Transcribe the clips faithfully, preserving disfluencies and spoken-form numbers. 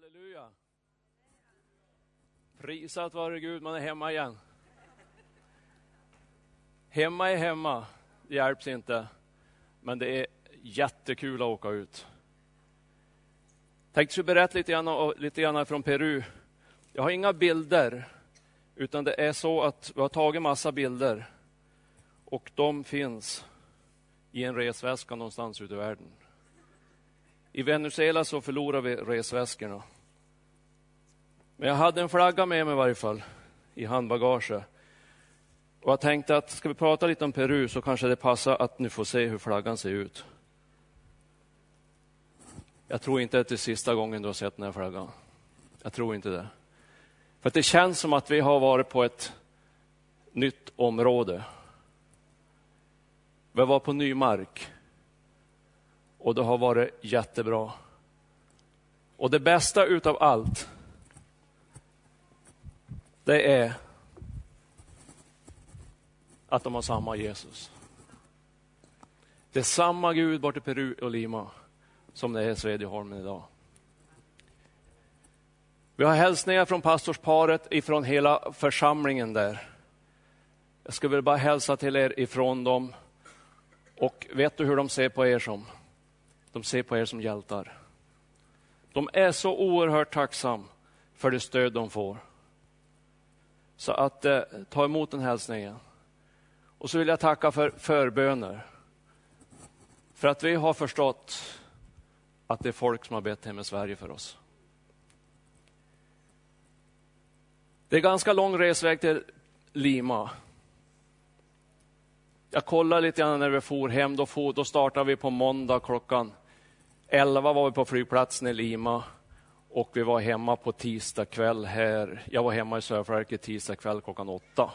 Halleluja. Prisat vare Gud, man är hemma igen. Hemma är hemma, det hjälps inte. Men det är jättekul att åka ut. Tänkte jag berätta lite grann, lite grann från Peru. Jag har inga bilder, utan det är så att vi har tagit massa bilder. Och de finns i en resväska någonstans ute i världen. I Venezuela så förlorar vi resväskorna. Men jag hade en flagga med mig i varje fall i handbagaget. Och jag tänkte att ska vi prata lite om Peru så kanske det passar att ni får se hur flaggan ser ut. Jag tror inte att det är sista gången du har sett den här flaggan. Jag tror inte det. För att det känns som att vi har varit på ett nytt område. Vi var på ny mark. Och det har varit jättebra. Och det bästa utav allt, det är att de har samma Jesus. Det är samma Gud bort i Peru och Lima som det är i Svedjeholmen idag. Vi har hälsningar från pastorsparet ifrån hela församlingen där. Jag skulle väl bara hälsa till er ifrån dem. Och vet du hur de ser på er som? De ser på er som hjältar. De är så oerhört tacksam för det stöd de får. Så att eh, ta emot den hälsningen. Och så vill jag tacka för förböner. För att vi har förstått att det är folk som har bett hem i Sverige för oss. Det är ganska lång resväg till Lima. Jag kollade lite grann när vi for hem. Då, for, då startade vi på måndag klockan elva var vi på flygplatsen i Lima. Och vi var hemma på tisdag kväll här. Jag var hemma i Söderfärket tisdag kväll klockan åtta.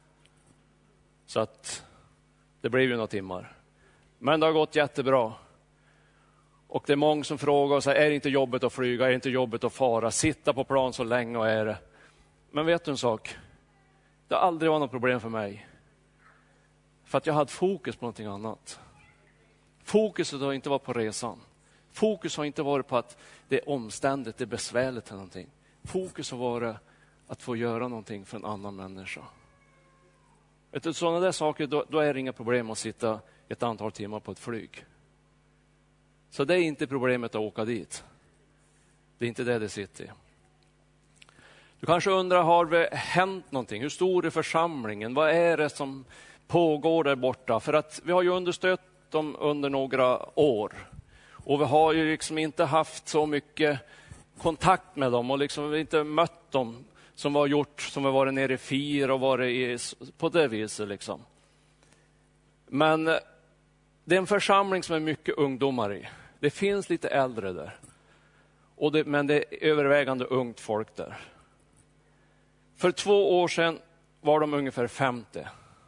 Så att det blev ju några timmar. Men det har gått jättebra. Och det är många som frågar och säger, är det inte jobbigt att flyga? Är det inte jobbigt att fara? Sitta på plan så länge och är det. Men vet du en sak? Det har aldrig varit något problem för mig. För att jag hade fokus på någonting annat. Fokuset har inte varit på resan. Fokus har inte varit på att det är omständigt, det är besvärligt eller någonting. Fokus har varit att få göra någonting för en annan människa. Vet du, sådana där saker, då, då är det inga problem att sitta ett antal timmar på ett flyg. Så det är inte problemet att åka dit. Det är inte det det sitter i. Du kanske undrar, har det hänt någonting? Hur stor är församlingen? Vad är det som pågår där borta? För att vi har ju understött dem under några år. Och vi har ju liksom inte haft så mycket kontakt med dem. Och liksom inte mött dem som vi har gjort, som vi varit nere i Fir och varit i, på det viset liksom. Men det är en församling som är mycket ungdomar i. Det finns lite äldre där. Och det, men det är övervägande ungt folk där. För två år sedan var de ungefär femtio.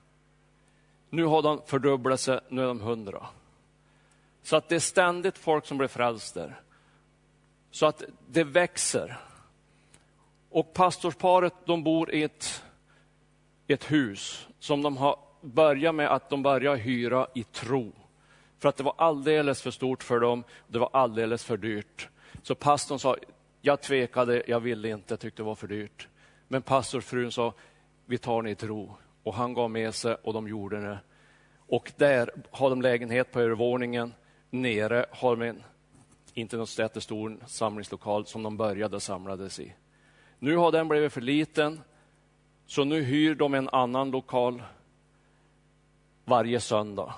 Nu har de fördubblat sig, nu är de hundra. Så att det är ständigt folk som blir frälst där. Så att det växer. Och pastorsparet, de bor i ett, ett hus som de har börjat med att de börjar hyra i tro. För att det var alldeles för stort för dem. Det var alldeles för dyrt. Så pastorn sa, jag tvekade, jag ville inte, jag tyckte det var för dyrt. Men pastorfrun sa, vi tar ni i tro. Och han gav med sig och de gjorde det. Och där har de lägenhet på övervåningen. Nere har de en, inte något jättestor samlingslokal som de började samlades i. Nu har den blivit för liten. Så nu hyr de en annan lokal varje söndag.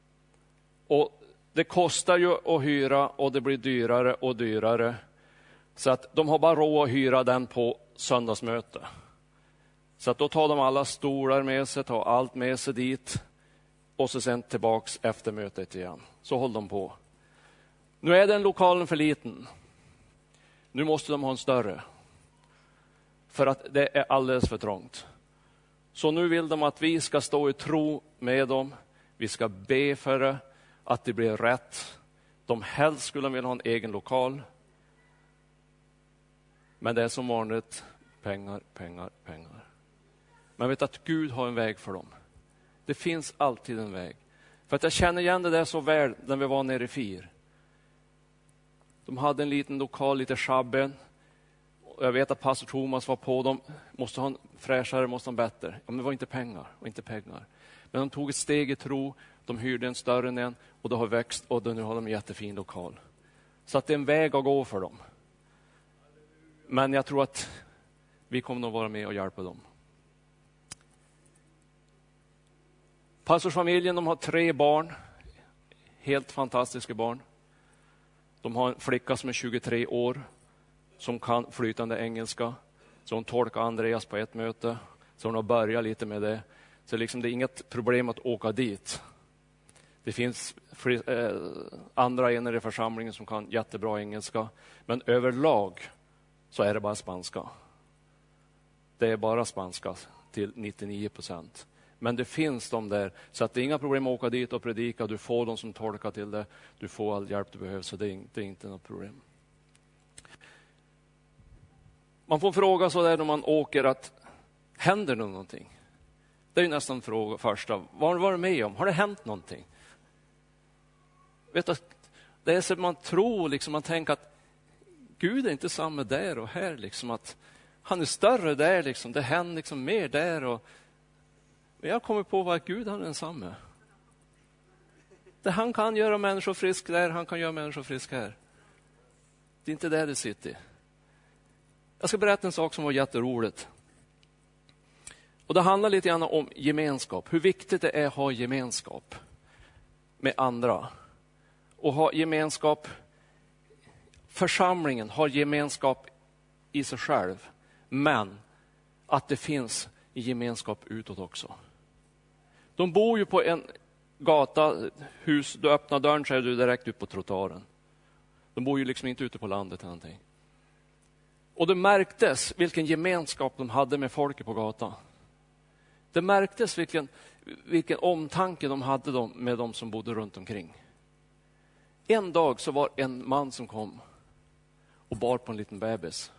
Och det kostar ju att hyra och det blir dyrare och dyrare. Så att de har bara råd att hyra den på söndagsmöte. Så att då tar de alla stolar med sig, tar allt med sig dit. Och så sen tillbaks efter mötet igen. Så håller de på. Nu är den lokalen för liten. Nu måste de ha en större. För att det är alldeles för trångt. Så nu vill de att vi ska stå i tro med dem. Vi ska be för det. Att det blir rätt. De helst skulle vilja ha en egen lokal. Men det är som vanligt pengar, pengar, pengar. Men vet att Gud har en väg för dem. Det finns alltid en väg. För att jag känner igen det där så väl när vi var nere i Fir. De hade en liten lokal, lite schabben. Och jag vet att pastor Thomas var på dem. Måste ha en fräschare, måste ha en bättre. Ja, men det var inte pengar, och inte pengar. Men de tog ett steg i tro. De hyrde en större än en. Och det har växt och nu har de en jättefin lokal. Så att det är en väg att gå för dem. Men jag tror att vi kommer att vara med och hjälpa dem. Pastorsfamiljen, de har tre barn. Helt fantastiska barn. De har en flicka som är tjugotre år. Som kan flytande engelska. Så hon tolkar Andreas på ett möte. Så hon har börjat lite med det. Så liksom det är inget problem att åka dit. Det finns fri, eh, andra enare i församlingen som kan jättebra engelska. Men överlag så är det bara spanska. Det är bara spanska till nittionio procent. Men det finns de där. Så att det är inga problem att åka dit och predika. Du får de som tolkar till det. Du får all hjälp du behöver. Så det är, det är inte något problem. Man får fråga så där när man åker att händer det någonting? Det är ju nästan fråga första. Vad har du varit med om? Har det hänt någonting? Vet du, det är så man tror, liksom, man tänker att Gud är inte samma där och här. Liksom, att han är större där, liksom, det händer liksom mer där. Och jag kommer på att Gud han är densamme. Det han kan göra människor friska där, han kan göra människor friska här. Det är inte där det sitter. Jag ska berätta en sak som var jätteroligt. Och det handlar lite grann om gemenskap. Hur viktigt det är att ha gemenskap med andra. Och ha gemenskap, församlingen har gemenskap i sig själv. Men att det finns gemenskap utåt också. De bor ju på en gata, hus, du öppnar dörren så är du direkt ut på trottoaren. De bor ju liksom inte ute på landet eller någonting. Och det märktes vilken gemenskap de hade med folket på gatan. Det märktes vilken, vilken omtanke de hade de, med de som bodde runt omkring. En dag så var en man som kom och bar på en liten bebis.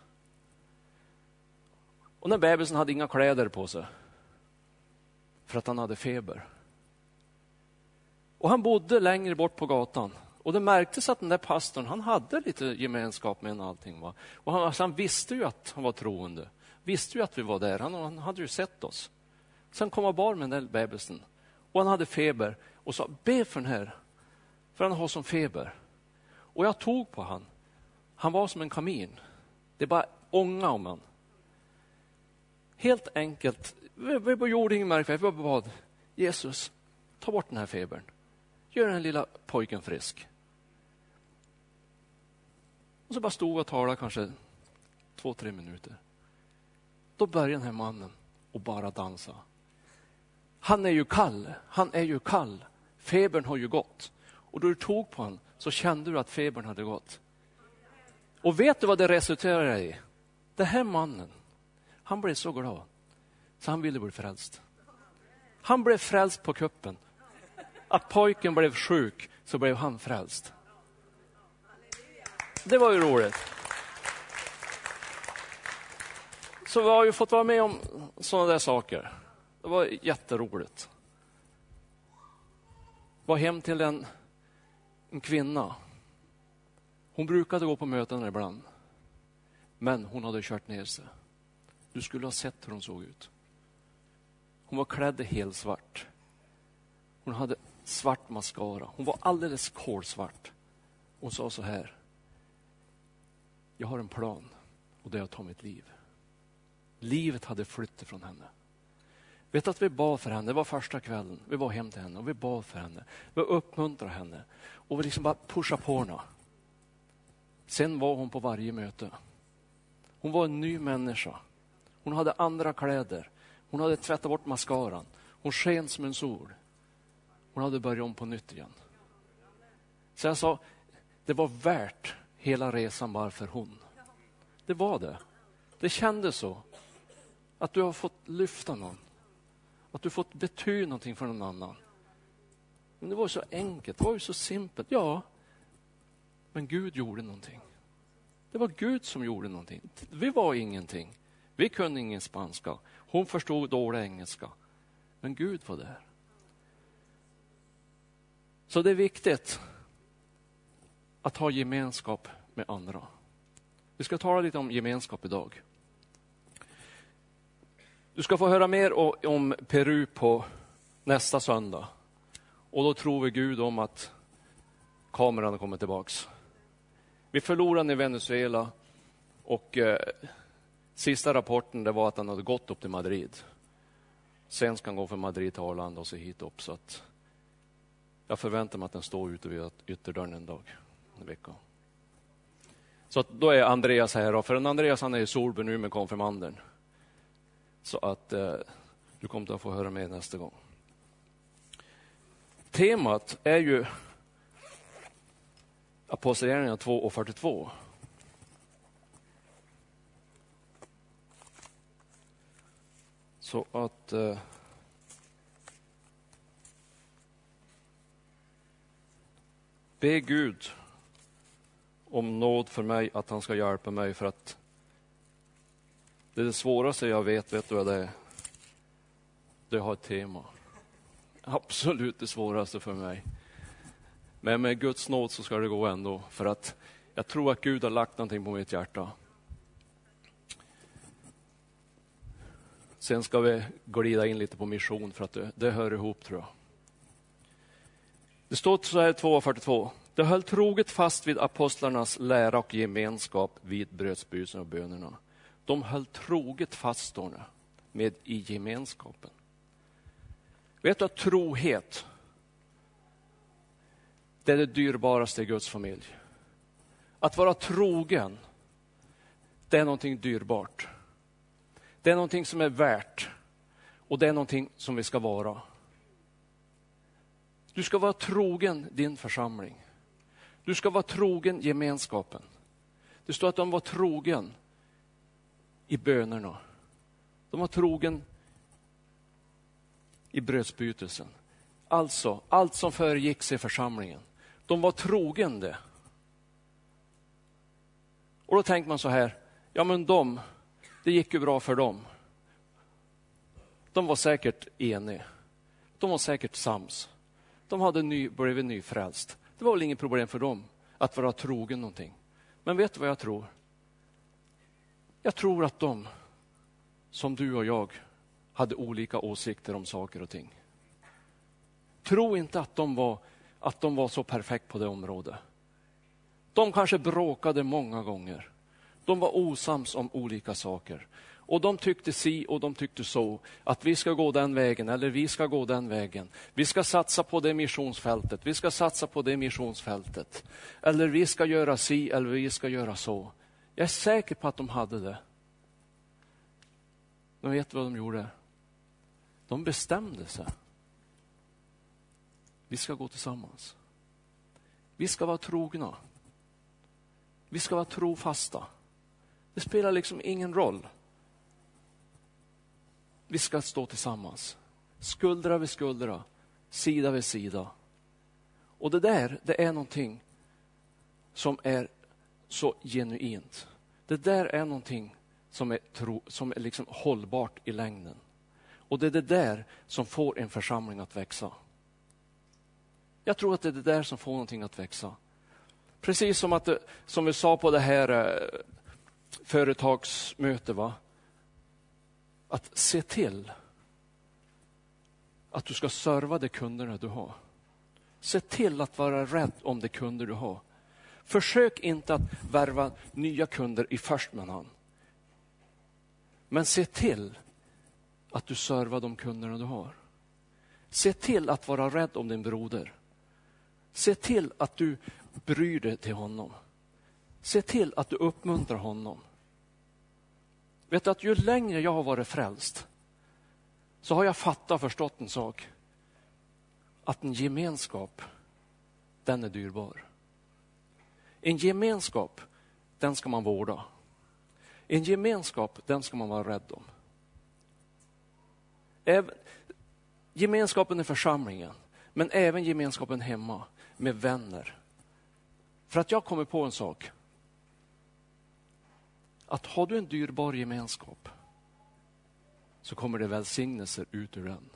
Och den bebisen hade inga kläder på sig. För att han hade feber. Och han bodde längre bort på gatan. Och det märktes att den där pastorn, han hade lite gemenskap med en allting. Va? Och han, alltså han visste ju att han var troende. Visste ju att vi var där. Han, han hade ju sett oss. Sen kom han bar med den där bebisen. Och han hade feber. Och sa, be för den här. För han har som feber. Och jag tog på han. Han var som en kamin. Det bara ånga om han. Helt enkelt. Vi, vi gjorde ingen märkvärdigt. Vi bara bad. Jesus, ta bort den här febern. Gör den lilla pojken frisk. Och så bara stod och talade kanske två, tre minuter. Då började den här mannen och bara dansa. Han är ju kall. Han är ju kall. Febern har ju gått. Och då du tog på honom så kände du att febern hade gått. Och vet du vad det resulterade i? Den här mannen, han blev så glad. Så han ville bli frälst. Han blev frälst på kuppen. Att pojken blev sjuk så blev han frälst. Det var ju roligt. Så vi har ju fått vara med om sådana där saker. Det var jätteroligt. Var hem till en, en kvinna. Hon brukade gå på möten ibland. Men hon hade kört ner sig. Du skulle ha sett hur hon såg ut. Hon var klädd helt svart. Hon hade svart mascara. Hon var alldeles kolsvart. Hon sa så här. Jag har en plan och det är att ta mitt liv. Livet hade flyttat från henne. Vet att vi bad för henne. Det var första kvällen. Vi var hem till henne och vi bad för henne. Vi uppmuntrade henne. Och vi liksom bara pushade på henne. Sen var hon på varje möte. Hon var en ny människa. Hon hade andra kläder. Hon hade tvättat bort mascaran. Hon sken som en sol. Hon hade börjat om på nytt igen. Så jag sa, det var värt hela resan bara för hon. Det var det. Det kändes så. Att du har fått lyfta någon. Att du fått betyda någonting för någon annan. Men det var så enkelt. Det var ju så simpelt. Ja. Men Gud gjorde någonting. Det var Gud som gjorde någonting. Vi var ingenting. Vi kunde ingen spanska. Hon förstod dålig engelska. Men Gud var där. Så det är viktigt att ha gemenskap med andra. Vi ska tala lite om gemenskap idag. Du ska få höra mer om Peru på nästa söndag. Och då tror vi Gud om att kameran kommer tillbaks. Vi förlorade i Venezuela och eh, sista rapporten det var att han hade gått upp till Madrid. Sen ska han gå från Madrid till Arlanda och se hit upp. Så att jag förväntar mig att den står ute vid ytterdörren en dag, en vecka. Så att då är Andreas här då. För en Andreas han är i Solby nu med konfirmanden. Så att eh, du kommer att få höra med nästa gång. Temat är ju Apostlagärningarna två och fyrtiotvå. Så att eh, be Gud om nåd för mig att han ska hjälpa mig, för att det är det svåraste jag vet, vet du vad det är? Det har ett tema. Absolut det svåraste för mig. Men med Guds nåd så ska det gå ändå, för att jag tror att Gud har lagt någonting på mitt hjärta. Sen ska vi glida in lite på mission, för att det, det hör ihop, tror jag. Det står så här två fyrtiotvå. Det höll troget fast vid apostlarnas lära och gemenskap vid brödsbrytelsen och bönerna. De höll troget fast, står det, med i gemenskapen. Vet du att trohet, det är det dyrbaraste i Guds familj. Att vara trogen, det är någonting dyrbart. Det är någonting som är värt. Och det är någonting som vi ska vara. Du ska vara trogen din församling. Du ska vara trogen gemenskapen. Det står att de var trogen i bönerna. De var trogen i brödsbytelsen. Alltså, allt som föregick sig i församlingen. De var trogen det. Och då tänker man så här, ja men de, det gick ju bra för dem. De var säkert eniga. De var säkert sams. De hade ny, blivit nyfrälst. Det var väl inget problem för dem att vara trogen någonting. Men vet du vad jag tror? Jag tror att de, som du och jag, hade olika åsikter om saker och ting. Tro inte att de var, att de var så perfekt på det området. De kanske bråkade många gånger. De var osams om olika saker. Och de tyckte si och de tyckte så. Att vi ska gå den vägen eller vi ska gå den vägen. Vi ska satsa på det missionsfältet. Vi ska satsa på det missionsfältet. Eller vi ska göra si eller vi ska göra så. Jag är säker på att de hade det. Men vet du vad de gjorde? De bestämde sig. Vi ska gå tillsammans. Vi ska vara trogna. Vi ska vara trofasta. Det spelar liksom ingen roll. Vi ska stå tillsammans. Skuldra vid skuldra. Sida vid sida. Och det där, det är någonting som är så genuint. Det där är någonting som är, tro, som är liksom hållbart i längden. Och det är det där som får en församling att växa. Jag tror att det är det där som får någonting att växa. Precis som, att det, som vi sa på det här eh, företagsmötet, va? Att se till att du ska serva de kunderna du har. Se till att vara rädd om de kunder du har. Försök inte att värva nya kunder i första hand. Men se till att du servar de kunderna du har. Se till att vara rädd om din broder. Se till att du bryr dig till honom. Se till att du uppmuntrar honom. Vet du att ju längre jag har varit frälst så har jag fattat och förstått en sak. Att en gemenskap, den är dyrbar. En gemenskap, den ska man vårda. En gemenskap, den ska man vara rädd om. Även, gemenskapen i församlingen, men även gemenskapen hemma med vänner. För att jag kommer på en sak. Att har du en dyrbar gemenskap så kommer det välsignelser ut ur den.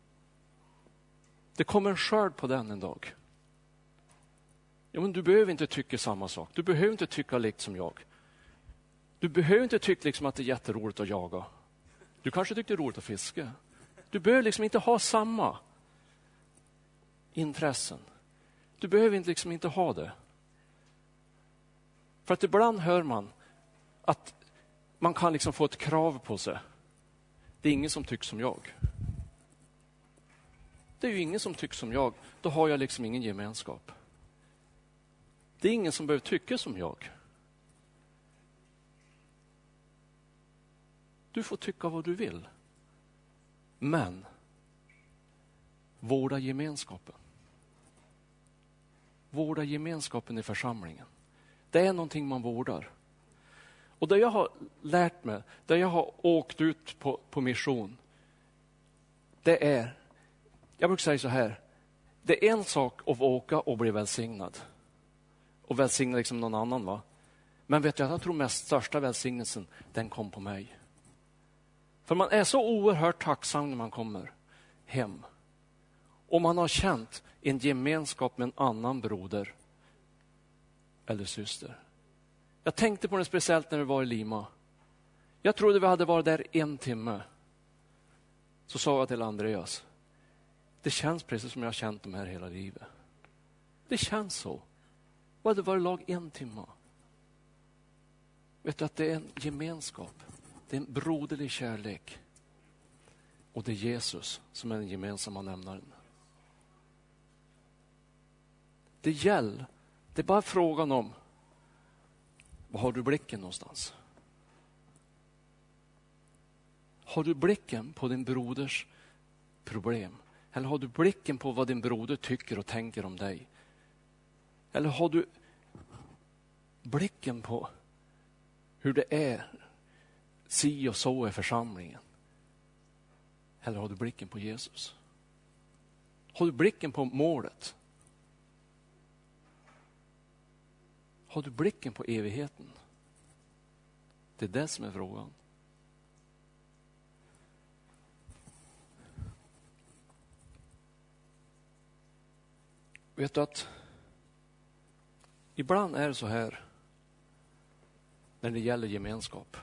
Det kommer en skörd på den en dag. Ja, men du behöver inte tycka samma sak. Du behöver inte tycka likt som jag. Du behöver inte tycka liksom att det är jätteroligt att jaga. Du kanske tyckte det är roligt att fiska. Du behöver liksom inte ha samma intressen. Du behöver inte liksom inte ha det. För att ibland hör man att man kan liksom få ett krav på sig. Det är ingen som tycker som jag. Det är ju ingen som tycker som jag. Då har jag liksom ingen gemenskap. Det är ingen som behöver tycka som jag. Du får tycka vad du vill. Men vårda gemenskapen. Vårda gemenskapen i församlingen. Det är någonting man vårdar. Och det jag har lärt mig, det jag har åkt ut på, på mission, det är, jag brukar säga så här, det är en sak att åka och bli välsignad. Och välsigna liksom någon annan, va? Men vet du, jag tror mest största välsignelsen, den kom på mig. För man är så oerhört tacksam när man kommer hem. Och man har känt en gemenskap med en annan broder eller syster. Jag tänkte på det speciellt när vi var i Lima. Jag trodde vi hade varit där en timme. Så sa jag till Andreas, det känns precis som jag har känt dem här hela livet. Det känns så. Vi hade varit lag en timme. Vet du att det är en gemenskap. Det är en broderlig kärlek. Och det är Jesus som är den gemensamma nämnaren. Det gäller. Det är bara frågan om, var har du blicken någonstans? Har du blicken på din broders problem? Eller har du blicken på vad din broder tycker och tänker om dig? Eller har du blicken på hur det är, si och så är församlingen? Eller har du blicken på Jesus? Har du blicken på målet? Har du blicken på evigheten? Det är det som är frågan. Vet du att ibland är det så här när det gäller gemenskap.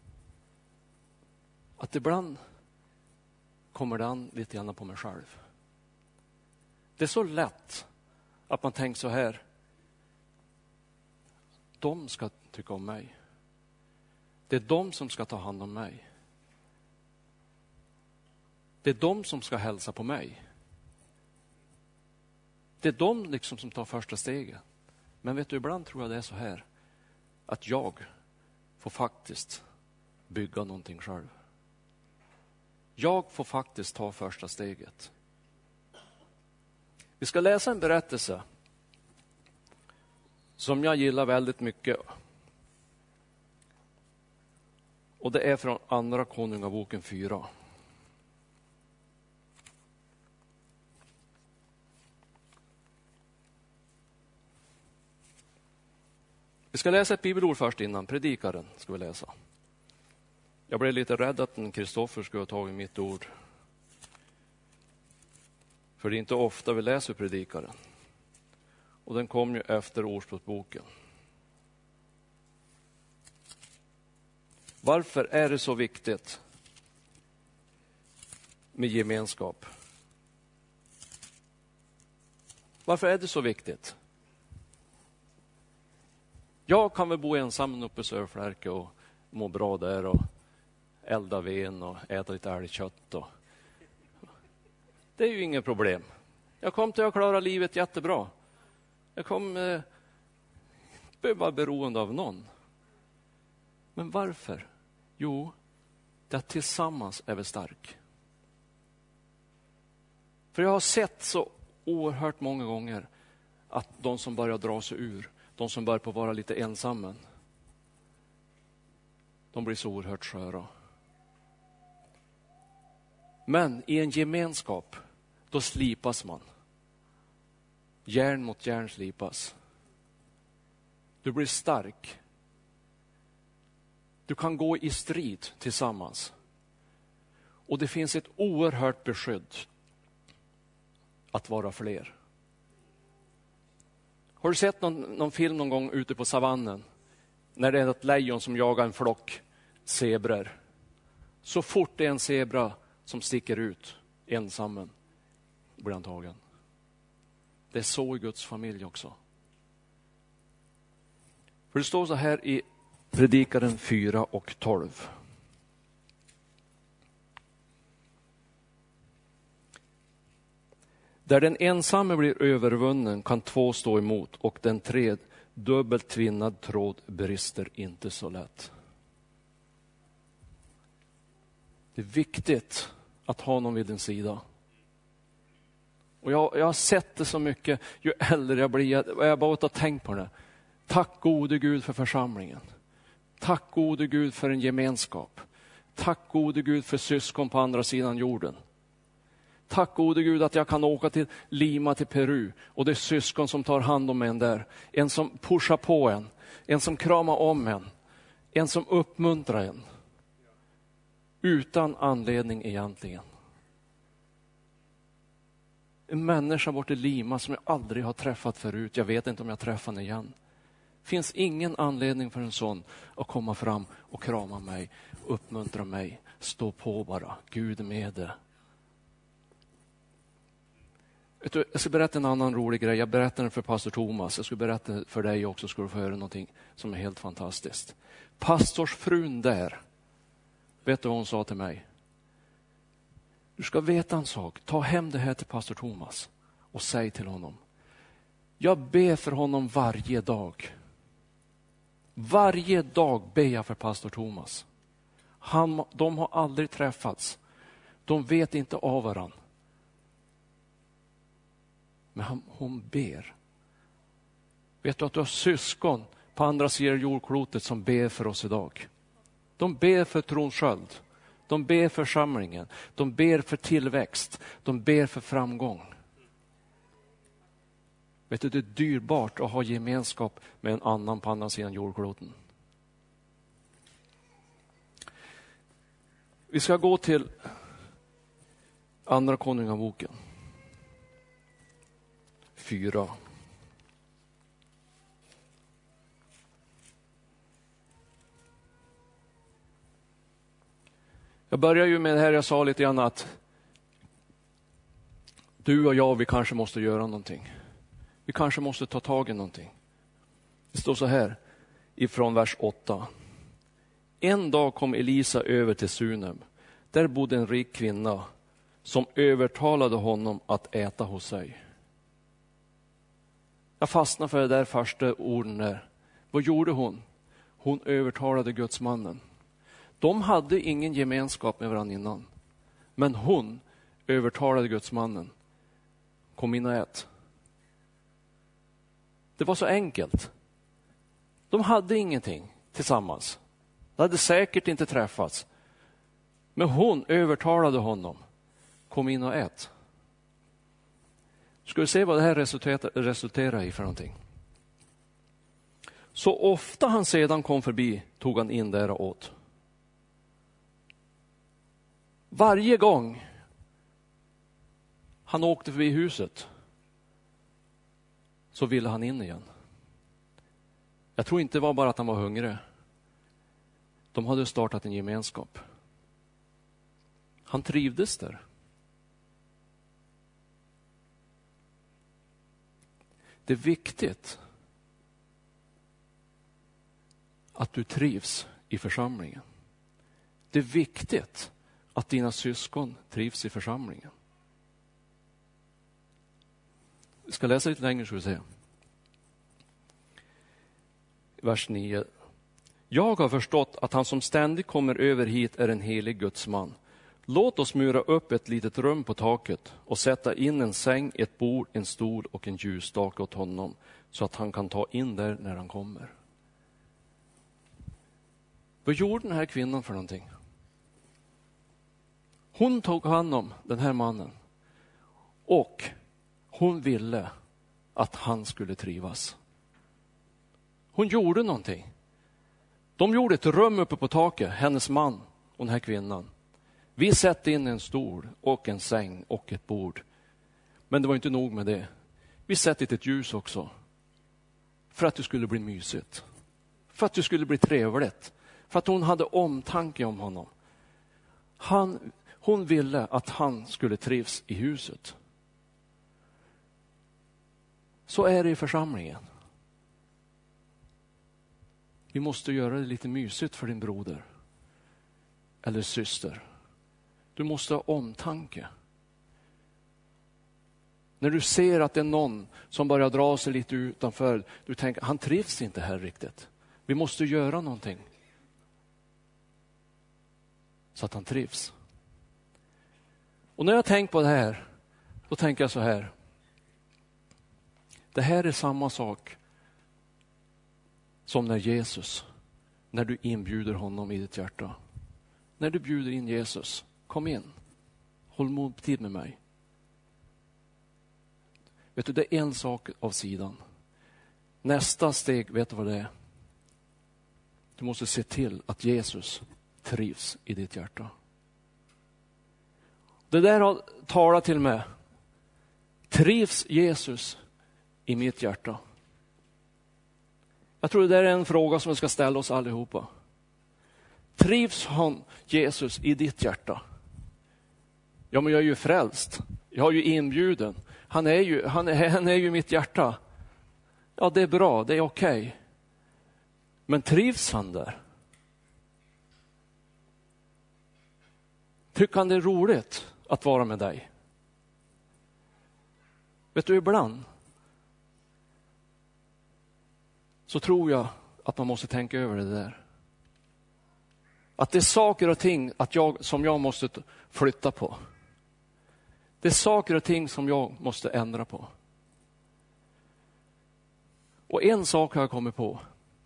Att ibland kommer det an lite grann på mig själv. Det är så lätt att man tänker så här. De ska tycka om mig. Det är de som ska ta hand om mig. Det är de som ska hälsa på mig. Det är de liksom som tar första steget. Men vet du, ibland tror jag det är så här. Att jag får faktiskt bygga någonting själv. Jag får faktiskt ta första steget. Vi ska läsa en berättelse som jag gillar väldigt mycket. Och det är från Andra Konungaboken fyra. Vi ska läsa ett bibelord först innan. Predikaren ska vi läsa. Jag blev lite rädd att en Kristoffer skulle ha tagit mitt ord. För det är inte ofta vi läser predikaren. Och den kom ju efter Ordspråksboken. Varför är det så viktigt med gemenskap? Varför är det så viktigt? Jag kan väl bo ensam uppe i Sörflärke och må bra där och elda ven och äta lite älgkött. Och... Det är ju inget problem. Jag kommer till att klara livet jättebra. Jag kommer eh, vara beroende av någon. Men varför? Jo, det att tillsammans är vi stark. För jag har sett så oerhört många gånger att de som börjar dra sig ur, de som börjar på vara lite ensamma, de blir så oerhört sköra. Men i en gemenskap, då slipas man. Järn mot järn slipas. Du blir stark. Du kan gå i strid tillsammans. Och det finns ett oerhört beskydd att vara fler. Har du sett någon, någon film någon gång ute på savannen? när det är ett lejon som jagar en flock zebror. Så fort det är en zebra som sticker ut ensammen blir han tagen. Det är så i Guds familj också. För det står så här i Predikaren fyra och tolv. Där den ensamme blir övervunnen kan två stå emot, och den tredje, dubbelt tvinnad tråd, brister inte så lätt. Det är viktigt att ha någon vid din sida. Och jag, jag har sett det så mycket, ju äldre jag blir, jag, jag bara har tänkt på det. Tack gode Gud för församlingen. Tack gode Gud för en gemenskap. Tack gode Gud för syskon på andra sidan jorden. Tack gode Gud att jag kan åka till Lima, till Peru, och det är syskon som tar hand om en där. En som pushar på en. En som kramar om en. En som uppmuntrar en. Utan anledning egentligen. En människa bort i Lima som jag aldrig har träffat förut. Jag vet inte om jag träffar henne igen. Finns ingen anledning för en sån att komma fram och krama mig, uppmuntra mig, stå på bara. Gud är med det. Jag ska berätta en annan rolig grej. Jag berättade den för pastor Thomas. Jag ska berätta för dig också, ska du få höra någonting som är helt fantastiskt. Pastorsfrun där, vet du vad hon sa till mig? Du ska veta en sak. Ta hem det här till pastor Thomas och säg till honom. Jag ber för honom varje dag. Varje dag ber jag för pastor Thomas. Han, de har aldrig träffats. De vet inte av varandra. Men han, hon ber. Vet du att du har syskon på andra sidan jordklotet som ber för oss idag? De ber för tronsköld. De ber för församlingen. De ber för tillväxt. De ber för framgång. Vet du, det är dyrbart att ha gemenskap med en annan på andra sidan jordkloten. Vi ska gå till andra konungaboken. Fyra. Jag börjar ju med det här, jag sa lite grann att du och jag, vi kanske måste göra någonting. Vi kanske måste ta tag i någonting. Det står så här ifrån vers åtta. En dag kom Elisa över till Sunem. Där bodde en rik kvinna som övertalade honom att äta hos sig. Jag fastnade för det där första orden där. Vad gjorde hon? Hon övertalade Guds mannen. De hade ingen gemenskap med varandra innan. Men hon övertalade Guds mannen. Kom in och ät. Det var så enkelt. De hade ingenting tillsammans. De hade säkert inte träffats. Men hon övertalade honom. Kom in och ät. Ska vi se vad det här resulterar, resulterar i för någonting. Så ofta han sedan kom förbi tog han in där och åt. Varje gång han åkte förbi huset så ville han in igen. Jag tror inte det var bara att han var hungrig. De hade startat en gemenskap. Han trivdes där. Det är viktigt att du trivs i församlingen. Det är viktigt att dina syskon trivs i församlingen. Vi ska läsa lite längre så vi ser. Vers nio. Jag har förstått att han som ständigt kommer över hit är en helig Guds man. Låt oss mura upp ett litet rum på taket och sätta in en säng, ett bord, en stol och en ljusstake åt honom så att han kan ta in där när han kommer. Vad gjorde den här kvinnan för någonting? Hon tog hand om den här mannen och hon ville att han skulle trivas. Hon gjorde någonting. De gjorde ett rum uppe på taket, hennes man och den här kvinnan. Vi satte in en stol och en säng och ett bord. Men det var inte nog med det. Vi satte ett ljus också. För att det skulle bli mysigt. för att det skulle bli trevligt. För att hon hade omtanke om honom. Han, hon ville att han skulle trivs i huset. Så är det i församlingen. Vi måste göra det lite mysigt för din broder eller syster. Du måste ha omtanke. När du ser att det är någon som börjar dra sig lite utanför, du tänker, han trivs inte här riktigt. Vi måste göra någonting så att han trivs. Och när jag tänker på det här, då tänker jag så här. Det här är samma sak som när Jesus, när du inbjuder honom i ditt hjärta. När du bjuder in Jesus, kom in. Håll måltid med mig. Vet du, det är en sak av sidan. Nästa steg, vet du vad det är? Du måste se till att Jesus trivs i ditt hjärta. Det där har talat till mig. Trivs Jesus i mitt hjärta? Jag tror det där är en fråga som vi ska ställa oss allihopa. Trivs han, Jesus, i ditt hjärta? Ja, men jag är ju frälst. Jag har ju inbjuden. Han är ju, han är, han är ju i mitt hjärta. Ja, det är bra, det är okej. Okay. Men trivs han där? Tycker han det är roligt att vara med dig? Vet du, ibland så tror jag att man måste tänka över det där. Att det är saker och ting att jag, som jag måste flytta på. Det är saker och ting som jag måste ändra på. Och en sak har jag kommit på.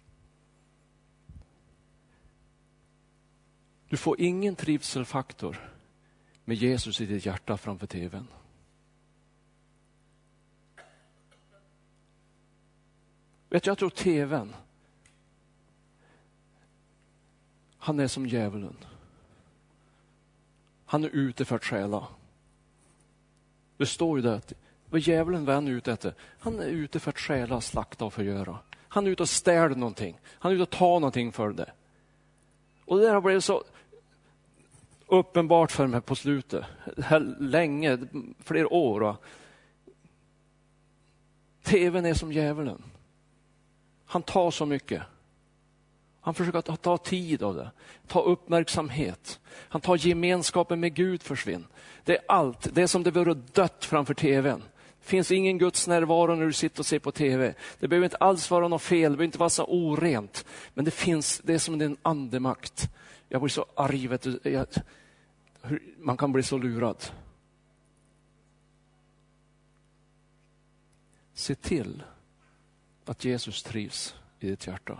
Du får ingen trivselfaktor med Jesus i ditt hjärta framför tvn. Vet du, jag tror tvn, han är som djävulen. Han är ute för att stjäla. Det står ju där att vad djävulen var han ute efter? Han är ute för att stjäla, slakta och förgöra. Han är ute och ställer någonting. Han är ute och tar någonting för det. Och det där har blivit så uppenbart för mig på slutet. Här länge, flera år. Och tvn är som djävulen. Han tar så mycket. Han försöker ta, ta tid av det. Ta uppmärksamhet. Han tar gemenskapen med Gud försvinn. Det är allt. Det är som det vore dött framför tvn. Det finns ingen Guds närvaro när du sitter och ser på tv. Det behöver inte alls vara något fel. Det behöver inte vara så orent. Men det finns, det är som en andemakt. Jag blir så arg. Vet du, jag, hur, man kan bli så lurad. Se till att Jesus trivs i ditt hjärta.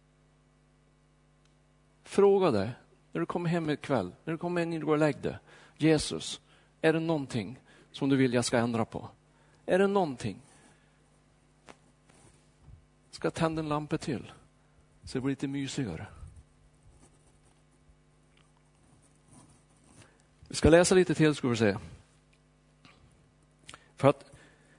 Fråga dig när du kommer hem ikväll, när du kommer in och går och lägger dig. Jesus, är det någonting som du vill jag ska ändra på? Är det någonting? Ska jag tända en lampa till så det blir lite mysigare. Vi ska läsa lite till, ska vi se. För att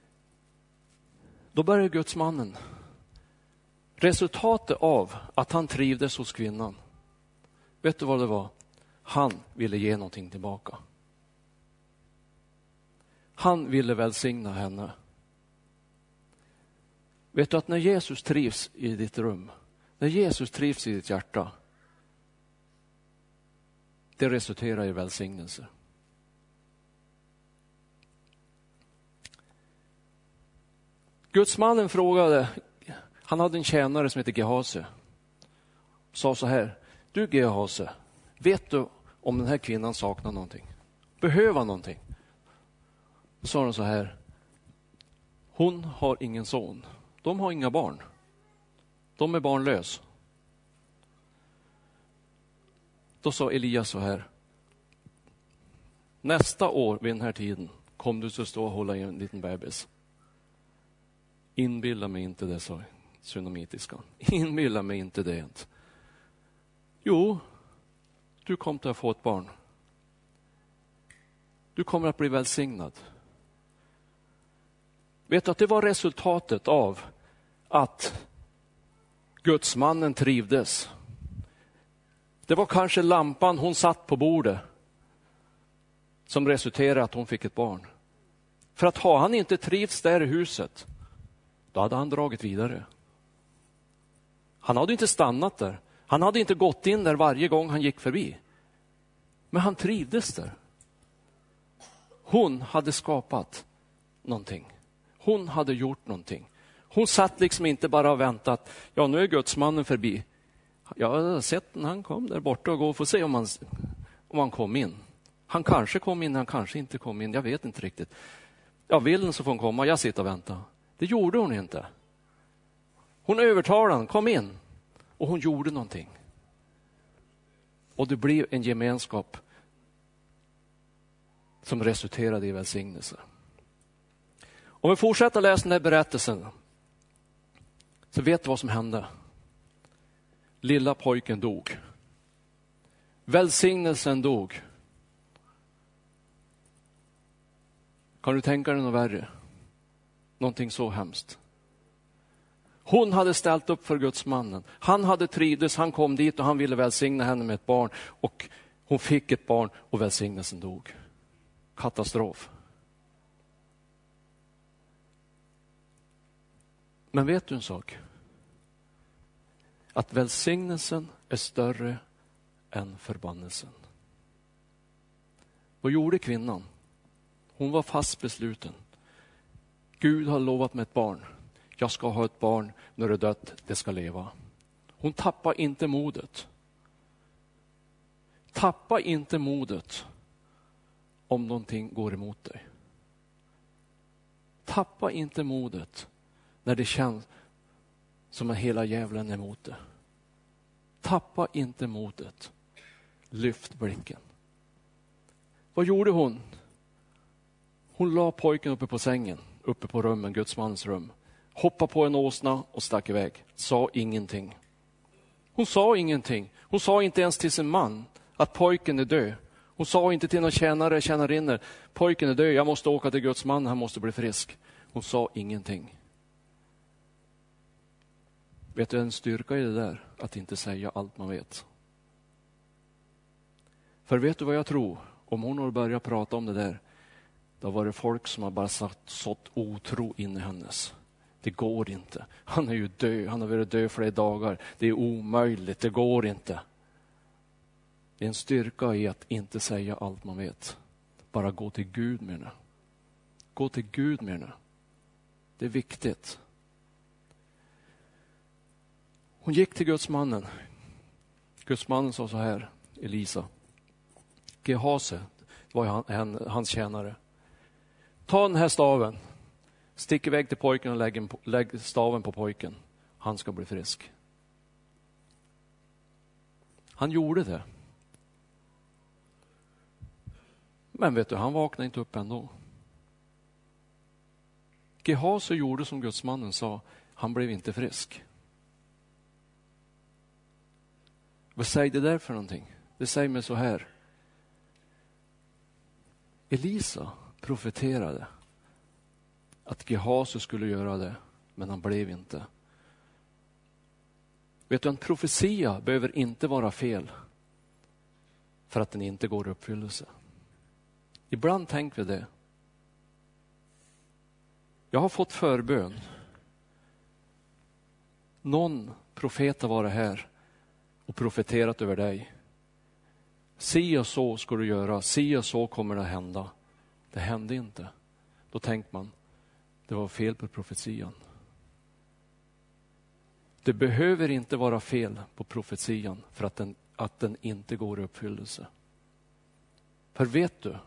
då börjar Guds mannen. Resultatet av att han trivdes hos kvinnan. Vet du vad det var? Han ville ge någonting tillbaka. Han ville välsigna henne. Vet du att när Jesus trivs i ditt rum, när Jesus trivs i ditt hjärta, det resulterar i välsignelse. Gudsmannen frågade, han hade en tjänare som heter Gehase. Sa så här, du Gehase, vet du om den här kvinnan saknar någonting? Behöver någonting? Då sa de så här, hon har ingen son. De har inga barn. De är barnlös. Då sa Elias så här, nästa år vid den här tiden kom du så stå och hålla i en liten bebis. Inbilla mig inte det, sa synamitiska. Inbilla mig inte det. Jo, du kommer att få ett barn. Du kommer att bli välsignad. Vet du att det var resultatet av att Gudsmannen trivdes. Det var kanske lampan hon satt på bordet som resulterade att hon fick ett barn. För att ha han inte trivts där i huset, då hade han dragit vidare. Han hade inte stannat där. Han hade inte gått in där varje gång han gick förbi. Men han trivdes där. Hon hade skapat någonting. Hon hade gjort någonting. Hon satt liksom inte bara och väntat. Ja, nu är Gudsmannen förbi. Jag har sett när han kom där borta och gå och få se om han, om han kom in. Han kanske kom in, han kanske inte kom in. Jag vet inte riktigt. Jag vill så får hon komma, jag sitter och väntar. Det gjorde hon inte. Hon övertalade han, kom in. Och hon gjorde någonting. Och det blev en gemenskap som resulterade i välsignelse. Om vi fortsätter läsa den här berättelsen så vet du vad som hände. Lilla pojken dog. Välsignelsen dog. Kan du tänka dig något värre? Någonting så hemskt. Hon hade ställt upp för Gudsmannen. Han hade trivdes, han kom dit och han ville välsigna henne med ett barn. Och hon fick ett barn och välsignelsen dog. Katastrof. Men vet du en sak? Att välsignelsen är större än förbannelsen. Vad gjorde kvinnan? Hon var fast besluten. Gud har lovat mig ett barn. Jag ska ha ett barn, när det är dött, det ska leva. Hon tappar inte modet. Tappa inte modet om någonting går emot dig. Tappa inte modet när det känns som att hela djävulen är emot det. Tappa inte modet. Lyft blicken. Vad gjorde hon? Hon la pojken uppe på sängen, uppe på rummen, Gudsmannens rum. Hoppade på en åsna och stack iväg. Sa ingenting. Hon sa ingenting. Hon sa inte ens till sin man att pojken är död. Hon sa inte till någon tjänare, tjänarinnor, pojken är död, jag måste åka till Guds man, han måste bli frisk. Hon sa ingenting. Vet du en styrka i det där? Att inte säga allt man vet. För vet du vad jag tror? Om hon har börjat prata om det där, då var det folk som har bara satt, sått otro in i hennes. Det går inte. Han är ju död. Han har varit död flera dagar. Det är omöjligt. Det går inte. Det är en styrka i att inte säga allt man vet. Bara gå till Gud med det. Gå till Gud med det. Det är viktigt. Hon gick till Gudsmannen. Gudsmannen sa så här, Elisa. Gehase var han, han, hans tjänare. Ta den här staven. Stick iväg till pojken och lägg, en, lägg staven på pojken. Han ska bli frisk. Han gjorde det. Men vet du, han vaknade inte upp ändå. Gehase gjorde som Gudsmannen sa. Han blev inte frisk. Vad säger det där för någonting? Det säger mig så här. Elisa profeterade att Gehase skulle göra det, men han blev inte. Vet du, en profetia behöver inte vara fel för att den inte går i uppfyllelse. Ibland tänker vi det. Jag har fått förbön. Någon profet har varit här och profeterat över dig. Si och så ska du göra, si och så kommer det att hända. Det hände inte. Då tänker man, det var fel på profetian. Det behöver inte vara fel på profetian för att den, att den inte går i uppfyllelse. För vet du,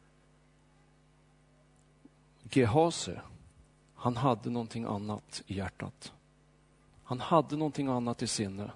Gehase, han hade någonting annat i hjärtat. Han hade någonting annat i sinne.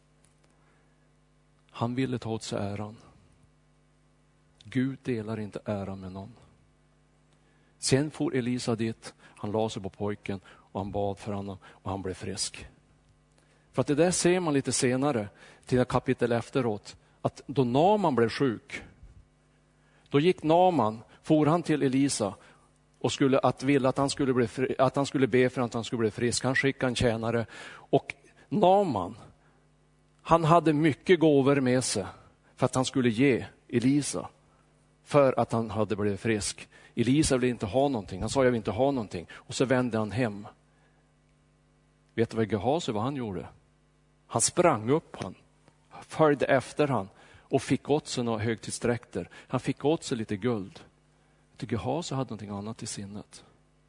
Han ville ta åt sig äran. Gud delar inte äran med någon. Sen får Elisa dit, han la sig på pojken och han bad för honom och han blev frisk. För att det där ser man lite senare till ett kapitel efteråt, att då Naman blev sjuk, då gick Naman, for han till Elisa och skulle att ville att han skulle bli fri, att han skulle be för att han skulle bli frisk. Han skickade en tjänare och Naaman, han hade mycket gåvor med sig för att han skulle ge Elisa för att han hade blivit frisk. Elisa ville inte ha någonting. Han sa jag vill inte ha någonting. Och så vände han hem. Vet du vad Gehazi vad han gjorde? Han sprang upp han. Följde efter han. Och fick åt sig några högtidsdräkter. Han fick åt sig lite guld. Gehazi hade någonting annat i sinnet.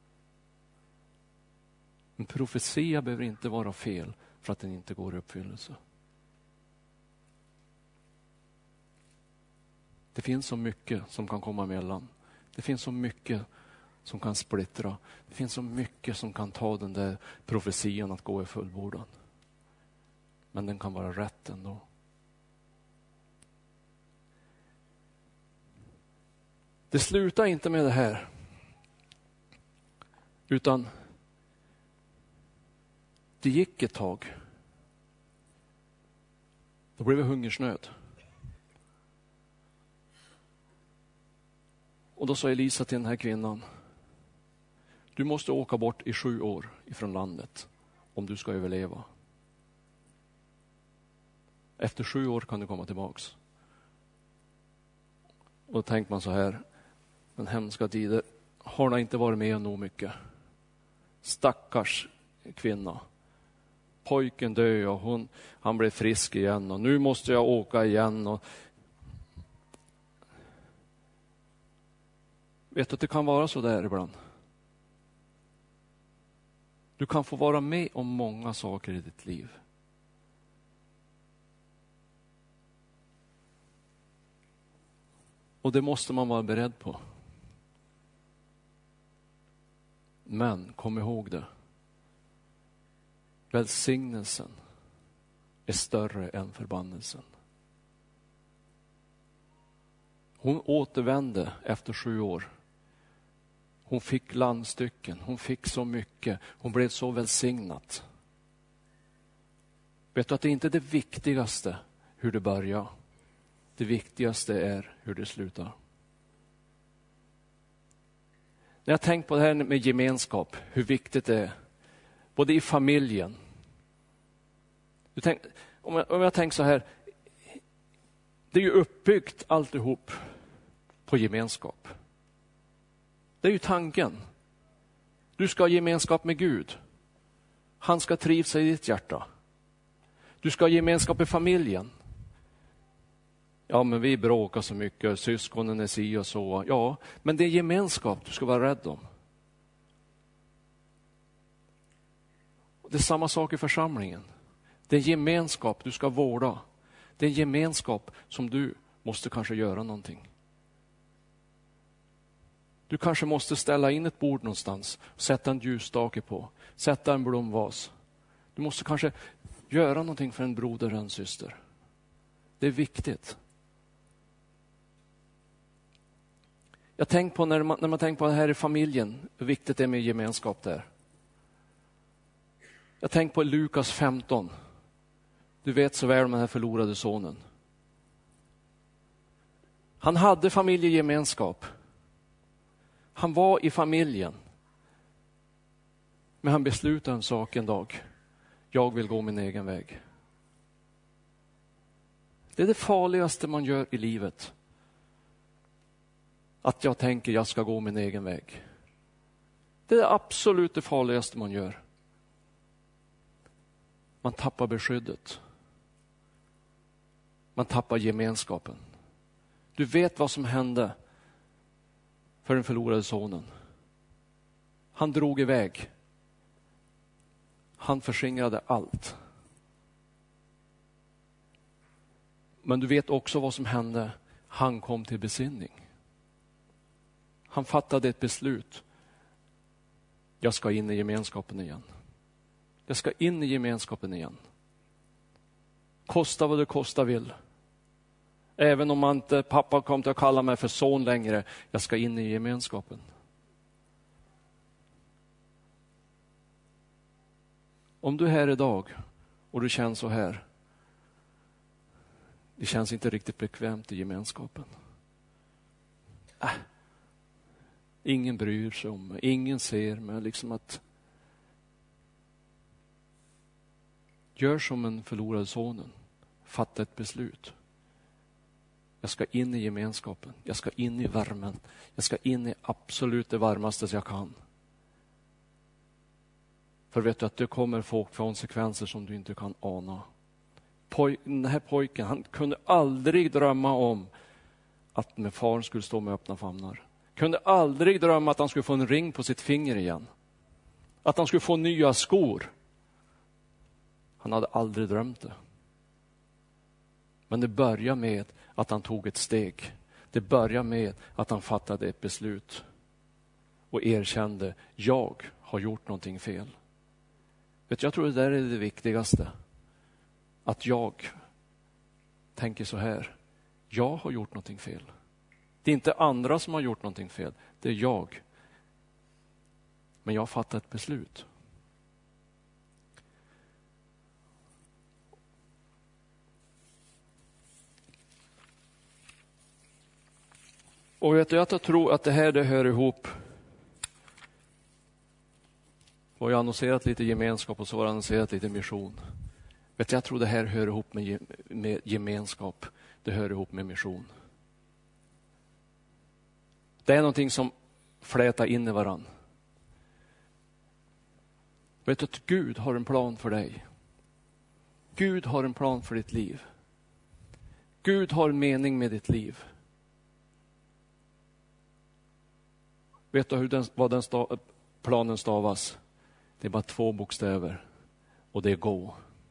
En profetia behöver inte vara fel för att den inte går i uppfyllelse. Det finns så mycket som kan komma emellan. Det finns så mycket som kan splittra. Det finns så mycket som kan ta den där profetian att gå i fullbordan. Men den kan vara rätt ändå. Det slutar inte med det här. Utan det gick ett tag. Då blev det hungersnöd. Och då sa Elisa till den här kvinnan: du måste åka bort i sju år ifrån landet om du ska överleva. Efter sju år kan du komma tillbaks. Och då tänker man så här: den hemska tider har hon inte varit med nog mycket. Stackars kvinna. Pojken dö och hon, han blev frisk igen och nu måste jag åka igen. Och vet du att det kan vara så där ibland? Du kan få vara med om många saker i ditt liv. Och det måste man vara beredd på. Men kom ihåg det. Välsignelsen är större än förbannelsen. Hon återvände efter sju år. Hon fick landstycken. Hon fick så mycket. Hon blev så välsignat. Vet du att det inte är det viktigaste hur det börjar. Det viktigaste är hur det slutar. När jag tänker på det här med gemenskap, hur viktigt det är. Både i familjen. Du tänk, om, jag, om jag tänker så här. Det är ju uppbyggt alltihop på gemenskap. Det är ju tanken. Du ska ha gemenskap med Gud. Han ska trivas i ditt hjärta. Du ska ha gemenskap i familjen. Ja, men vi bråkar så mycket. Syskonen är si och så. Ja, men det är gemenskap du ska vara rädd om. Det är samma sak i församlingen. Det är gemenskap du ska vårda. Det är gemenskap som du måste kanske göra någonting. Du kanske måste ställa in ett bord någonstans. Sätta en ljusstake på. Sätta en blomvas. Du måste kanske göra någonting för en broder och en syster. Det är viktigt. Jag tänker på när man, när man tänker på det här i familjen. Hur viktigt det är med gemenskap där. Jag tänker på Lukas femton. Du vet så väl om den här förlorade sonen. Han hade familjegemenskap. Han var i familjen. Men han beslutade en sak en dag. Jag vill gå min egen väg. Det är det farligaste man gör i livet. Att jag tänker jag ska gå min egen väg. Det är absolut det farligaste man gör. Man tappar beskyddet. Man tappar gemenskapen. Du vet vad som hände för den förlorade sonen. Han drog iväg. Han förskingrade allt. Men du vet också vad som hände. Han kom till besinning. Han fattade ett beslut. Jag ska in i gemenskapen igen. Jag ska in i gemenskapen igen. Kosta vad det kosta vill. Även om man inte, pappa kommer att kalla mig för son längre. Jag ska in i gemenskapen. Om du är här idag och du känns så här. Det känns inte riktigt bekvämt i gemenskapen. Äh. Ingen bryr sig om mig. Ingen ser mig. Liksom att Gör som en förlorad sonen. Fatta ett beslut. Jag ska in i gemenskapen. Jag ska in i värmen. Jag ska in i absolut det varmaste jag kan. För vet du att det kommer få konsekvenser som du inte kan ana. Poj- den här pojken, han kunde aldrig drömma om att med far skulle stå med öppna famnar. Kunde aldrig drömma att han skulle få en ring på sitt finger igen. Att han skulle få nya skor. Han hade aldrig drömt det. Men det började med att han tog ett steg. Det började med att han fattade ett beslut. Och erkände, jag har gjort någonting fel. Vet du, jag tror det där är det viktigaste. Att jag tänker så här. Jag har gjort någonting fel. Det är inte andra som har gjort någonting fel. Det är jag. Men jag har fattat ett beslut. Och vet du, jag tror att det här det hör ihop. Och jag har annonserat lite gemenskap och så har jag annonserat lite mission. Vet du, jag tror det här hör ihop med, med gemenskap. Det hör ihop med mission. Det är någonting som flätar in i varann. Vet du att Gud har en plan för dig? Gud har en plan för ditt liv. Gud har en mening med ditt liv. Vet du hur den, vad den stav, planen stavas? Det är bara två bokstäver. Och det är gå.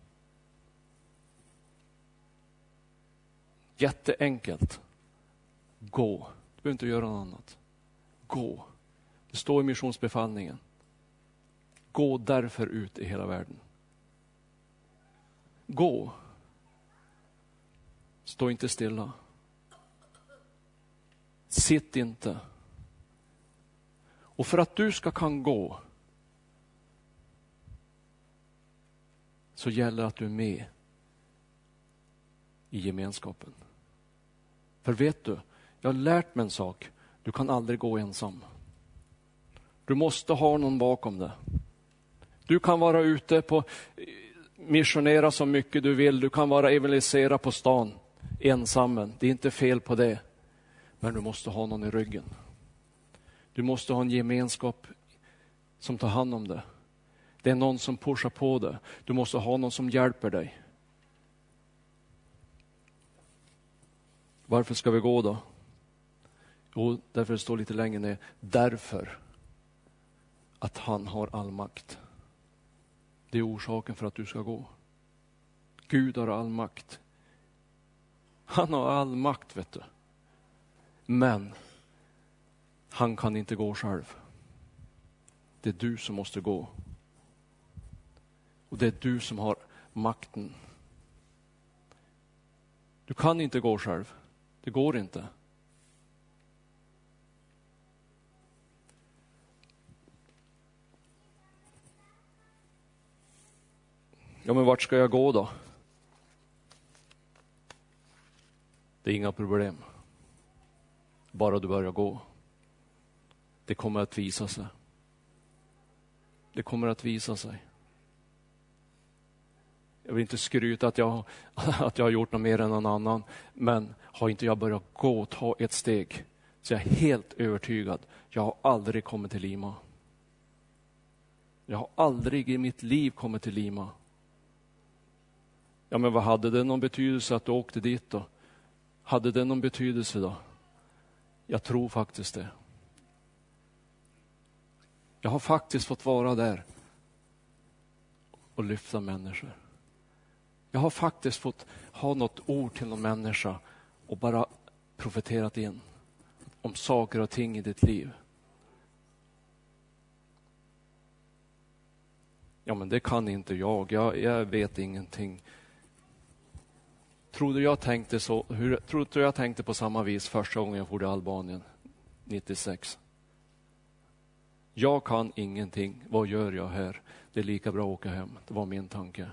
Jätteenkelt. Gå. Du behöver inte göra något annat. Gå. Det står i missionsbefallningen. Gå därför ut i hela världen. Gå. Stå inte stilla. Sitt inte. Och för att du ska kan gå så gäller att du är med i gemenskapen. För vet du, jag har lärt mig en sak. Du kan aldrig gå ensam. Du måste ha någon bakom dig. Du kan vara ute på missionera så mycket du vill. Du kan vara evangelisera på stan ensam. Det är inte fel på det. Men du måste ha någon i ryggen. Du måste ha en gemenskap som tar hand om det. Det är någon som pushar på det. Du måste ha någon som hjälper dig. Varför ska vi gå då? Jo, därför det står lite längre ner. Därför att han har all makt. Det är orsaken för att du ska gå. Gud har all makt. Han har all makt, vet du. Men han kan inte gå själv. Det är du som måste gå. Och det är du som har makten. Du kan inte gå själv. Det går inte. Ja, men vart ska jag gå då? Det är inga problem. Bara du börjar gå. Det kommer att visa sig. Det kommer att visa sig. Jag vill inte skryta att jag, att jag har gjort något mer än någon annan. Men har inte jag börjat gå och ta ett steg, så jag är helt övertygad. Jag har aldrig kommit till Lima. Jag har aldrig i mitt liv kommit till Lima. Ja, men vad hade det någon betydelse att du åkte dit då? Hade det någon betydelse då? Jag tror faktiskt det. Jag har faktiskt fått vara där och lyfta människor. Jag har faktiskt fått ha något ord till någon människa och bara profeterat in om saker och ting i ditt liv. Ja, men det kan inte jag. Jag, jag vet ingenting. Tror du jag tänkte så? Hur, tror du jag tänkte på samma vis första gången jag for till Albanien nittiosex? Jag kan ingenting. Vad gör jag här? Det är lika bra att åka hem. Det var min tanke.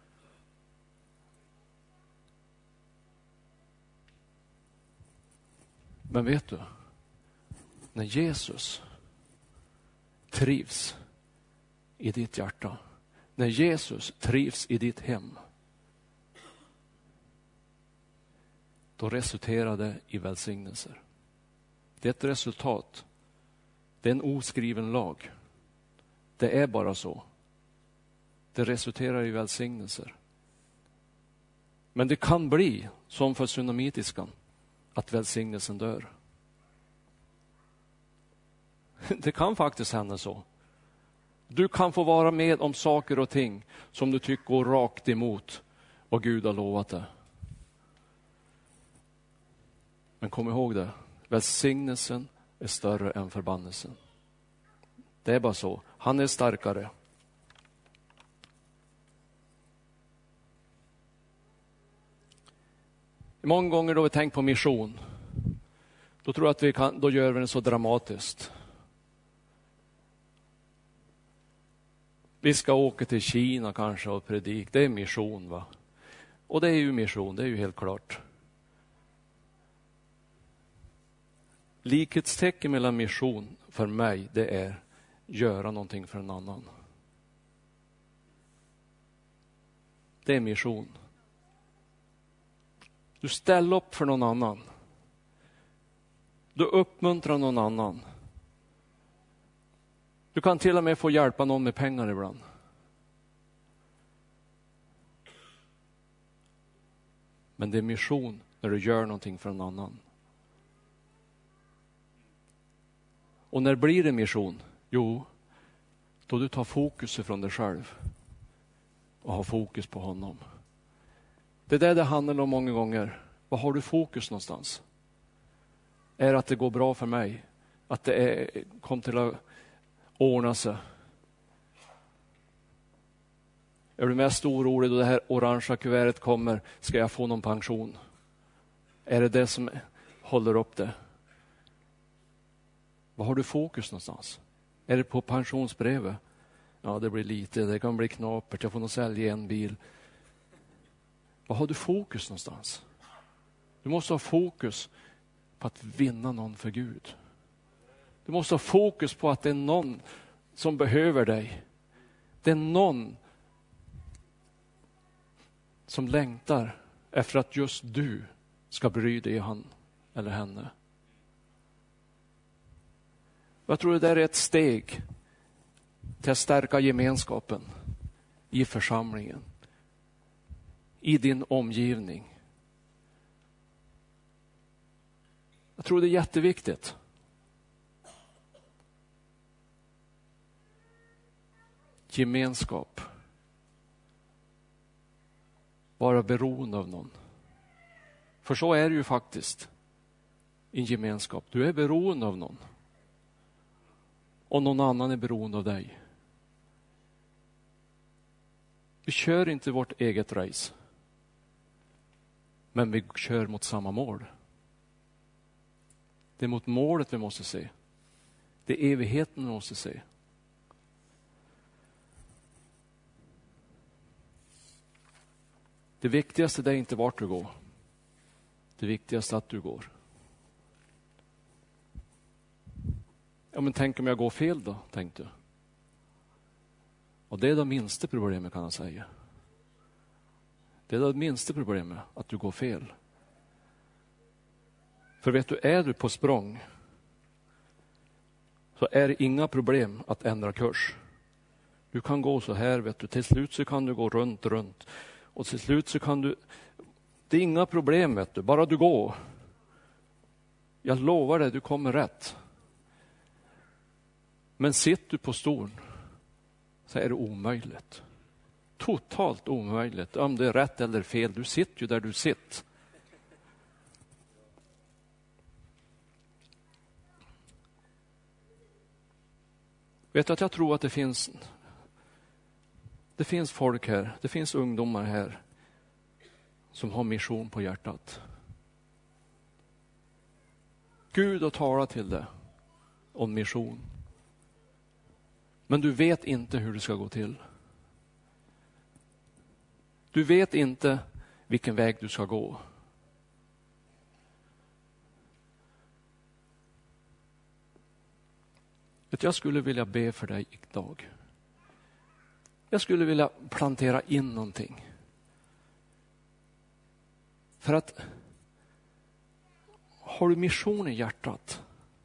Men vet du? När Jesus trivs i ditt hjärta, När Jesus trivs i ditt hem, då resulterar det i välsignelser. Det är ett resultat. Det är en oskriven lag. Det är bara så. Det resulterar i välsignelser. Men det kan bli, som för synamitiskan, att välsignelsen dör. Det kan faktiskt hända så. Du kan få vara med om saker och ting som du tycker går rakt emot vad Gud har lovat dig. Men kom ihåg det. Välsignelsen är större än förbannelsen. Det är bara så. Han är starkare. Många gånger då vi tänker på mission, då tror jag att vi kan, då gör vi det så dramatiskt. Vi ska åka till Kina kanske och predika. Det är mission, va? Och det är ju mission, det är ju helt klart. Likhetstecken mellan mission för mig, det är göra någonting för en annan. Det är mission. Du ställer upp för någon annan. Du uppmuntrar någon annan. Du kan till och med få hjälpa någon med pengar ibland. Men det är mission när du gör någonting för en annan. Och när blir det mission? Jo, då du tar fokus från dig själv och har fokus på honom. Det är det det handlar om många gånger. Vad har du fokus någonstans? Är det att det går bra för mig? Att det är, kom till att ordna sig? Är du mest orolig då det här orangea kuvertet kommer? Ska jag få någon pension? Är det det som håller upp det? Vad har du fokus någonstans? Är det på pensionsbrevet? Ja, det blir lite. Det kan bli knapert. Jag får nog sälja en bil. Vad har du fokus någonstans? Du måste ha fokus på att vinna någon för Gud. Du måste ha fokus på att det är någon som behöver dig. Det är någon som längtar efter att just du ska bry dig i han eller henne. Jag tror det där är ett steg till att stärka gemenskapen i församlingen, i din omgivning. Jag tror det är jätteviktigt. Gemenskap. Vara beroende av någon. För så är det ju faktiskt i en gemenskap. Du är beroende av någon. Och någon annan är beroende av dig. Vi kör inte vårt eget race. Men vi kör mot samma mål. Det är mot målet vi måste se. Det är evigheten vi måste se. Det viktigaste är inte vart du går. Det viktigaste är att du går. Ja, men tänk om jag går fel då, tänkte du. Och det är det minsta problemet, kan jag säga. Det är det minsta problemet, att du går fel. För vet du, är du på språng så är det inga problem att ändra kurs. Du kan gå så här, vet du. Till slut så kan du gå runt, runt. Och till slut så kan du... Det är inga problem, vet du. Bara du går. Jag lovar dig, du kommer rätt. Men sitter du på stolen så är det omöjligt. Totalt omöjligt. Om det är rätt eller fel. Du sitter ju där du sitter. Vet du att jag tror att det finns... Det finns folk här. Det finns ungdomar här som har mission på hjärtat. Gud har talat till dig om mission. Men du vet inte hur det ska gå till. Du vet inte vilken väg du ska gå. Jag skulle vilja be för dig idag. Jag skulle vilja plantera in någonting. För att har du mission i hjärtat,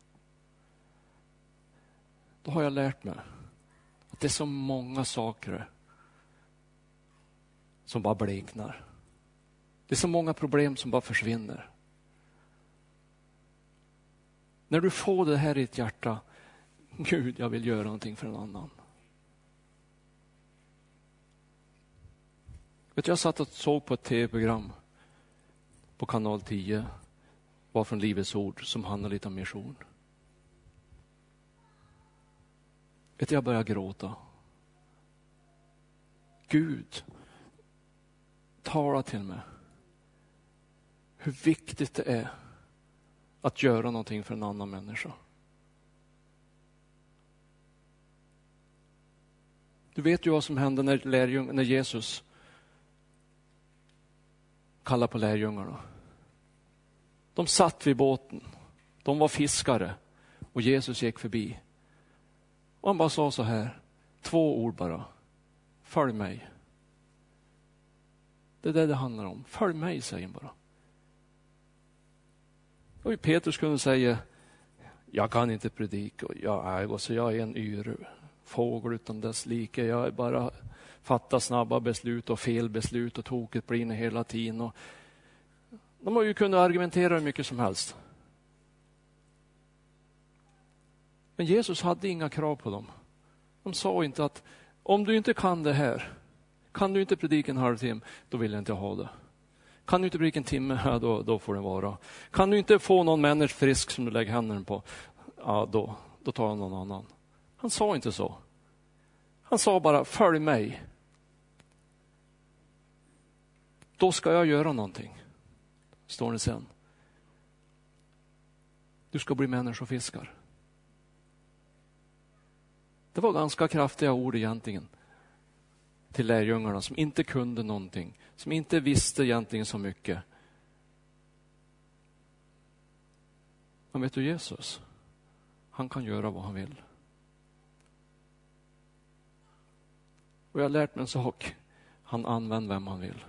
då har jag lärt mig att det är så många saker som bara bleknar. Det är så många problem som bara försvinner. När du får det här i ditt hjärta, Gud, jag vill göra någonting för en annan. Vet du, jag satt och såg på ett tv-program på kanal tio, var från Livets ord, som handlar lite om mission. Vet du, jag började gråta. Gud, tala till mig. Hur viktigt det är att göra någonting för en annan människa. Du vet ju vad som hände när, lärjung, när Jesus kallade på lärjungarna. De satt vid båten. De var fiskare. Och Jesus gick förbi. Och han bara sa så här. Två ord bara. Följ mig. Det är det det handlar om. Följ mig, säger han bara. Och Petrus kunde säga, jag kan inte predika. Jag är, så jag är en yr fågel utan dess like. Jag är bara fattar snabba beslut och fel beslut och tokigt blir det hela tiden. Och de har ju kunnat argumentera hur mycket som helst. Men Jesus hade inga krav på dem. De sa inte att om du inte kan det här, kan du inte predika en halvtimme, då vill jag inte ha det. Kan du inte predika en timme, ja, då, då får det vara. Kan du inte få någon människa frisk som du lägger händerna på, ja, då, då tar jag någon annan. Han sa inte så. Han sa bara, följ mig. Då ska jag göra någonting. Står det sen. Du ska bli människofiskar. Det var ganska kraftiga ord egentligen. Till lärjungarna som inte kunde någonting. Som inte visste egentligen så mycket. Men vet du, Jesus, han kan göra vad han vill. Och jag har lärt mig en sak. Han använder vem han vill.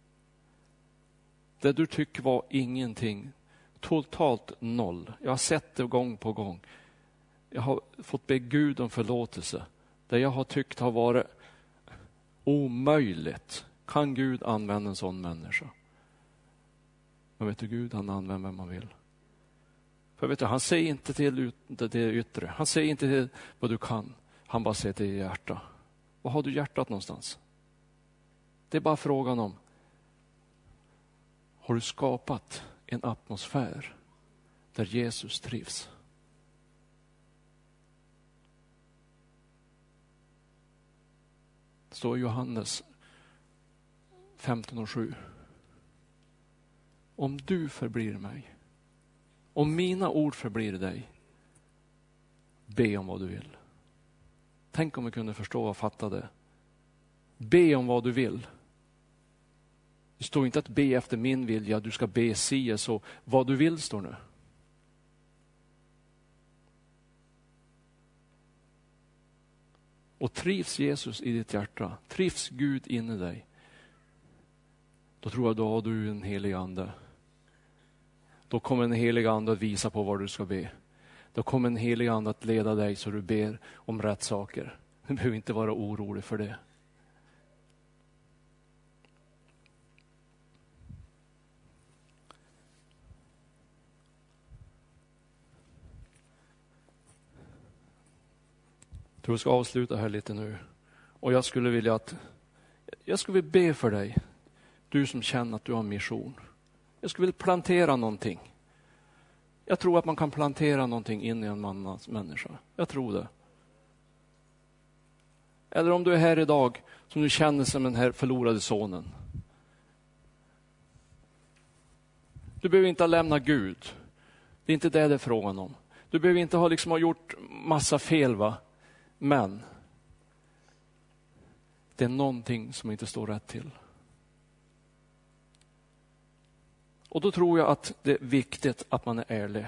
Det du tycker var ingenting. Totalt noll. Jag har sett det gång på gång. Jag har fått be Gud om förlåtelse. Det jag har tyckt har varit omöjligt. Kan Gud använda en sån människa? Men vet du, Gud, han använder vem man vill. För vet du, han säger inte till det yttre. Han säger inte till vad du kan. Han bara säger till ditt hjärta. Vad har du hjärtat någonstans? Det är bara frågan om. Har du skapat en atmosfär där Jesus trivs? Det står i Johannes femton och sju. Om du förblir mig, om mina ord förblir dig, be om vad du vill. Tänk om vi kunde förstå och fatta det. Be om vad du vill. Det står inte att be efter min vilja, du ska be si så. Vad du vill står nu. Och trivs Jesus i ditt hjärta, trivs Gud in i dig, då tror jag då har du en helig ande. Då kommer en helig ande att visa på vad du ska be. Då kommer en helig ande att leda dig så du ber om rätt saker. Du behöver inte vara orolig för det. Jag tror jag ska avsluta här lite nu. Och jag skulle vilja att jag skulle vilja be för dig. Du som känner att du har en mission. Jag skulle vilja plantera någonting. Jag tror att man kan plantera någonting in i en mannans människa. Jag tror det. Eller om du är här idag som du känner som den här förlorade sonen. Du behöver inte lämna Gud. Det är inte det det är frågan om. Du behöver inte ha, liksom, ha gjort massa fel, va? Men det är någonting som inte står rätt till. Och då tror jag att det är viktigt att man är ärlig.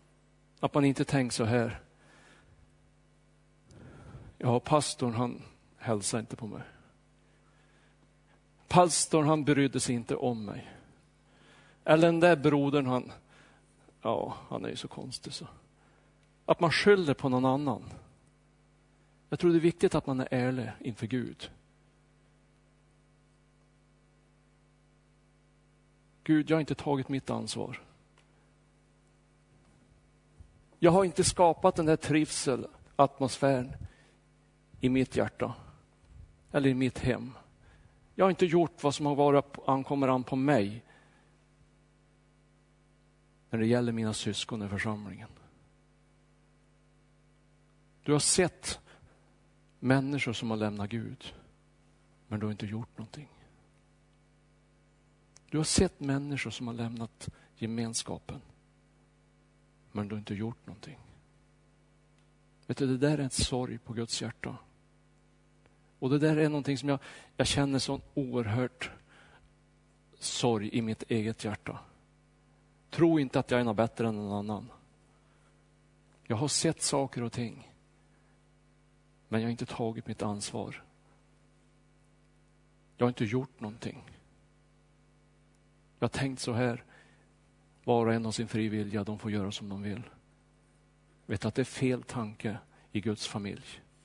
Att man inte tänker så här. Ja, pastorn, han, hälsa inte på mig. Pastorn, han brydde sig inte om mig. Eller den där brodern, han, ja, han är ju så konstig så. Att man skyller på någon annan. Jag tror det är viktigt att man är ärlig inför Gud. Gud, jag har inte tagit mitt ansvar. Jag har inte skapat den där trivselatmosfären i mitt hjärta. Eller i mitt hem. Jag har inte gjort vad som har varit ankommer an på mig. När det gäller mina syskon i församlingen. Du har sett människor som har lämnat Gud. Men du har inte gjort någonting. Du har sett människor som har lämnat gemenskapen. Men du har inte gjort någonting. Vet du, det där är en sorg på Guds hjärta. Och det där är någonting som jag, jag känner sån oerhört sorg i mitt eget hjärta. Tro inte att jag är något bättre än någon annan. Jag har sett saker och ting. Men jag har inte tagit mitt ansvar. Jag har inte gjort någonting. Jag har tänkt så här. Var och en har sin fri vilja, de får göra som de vill. Vet att det är fel tanke i Guds familj.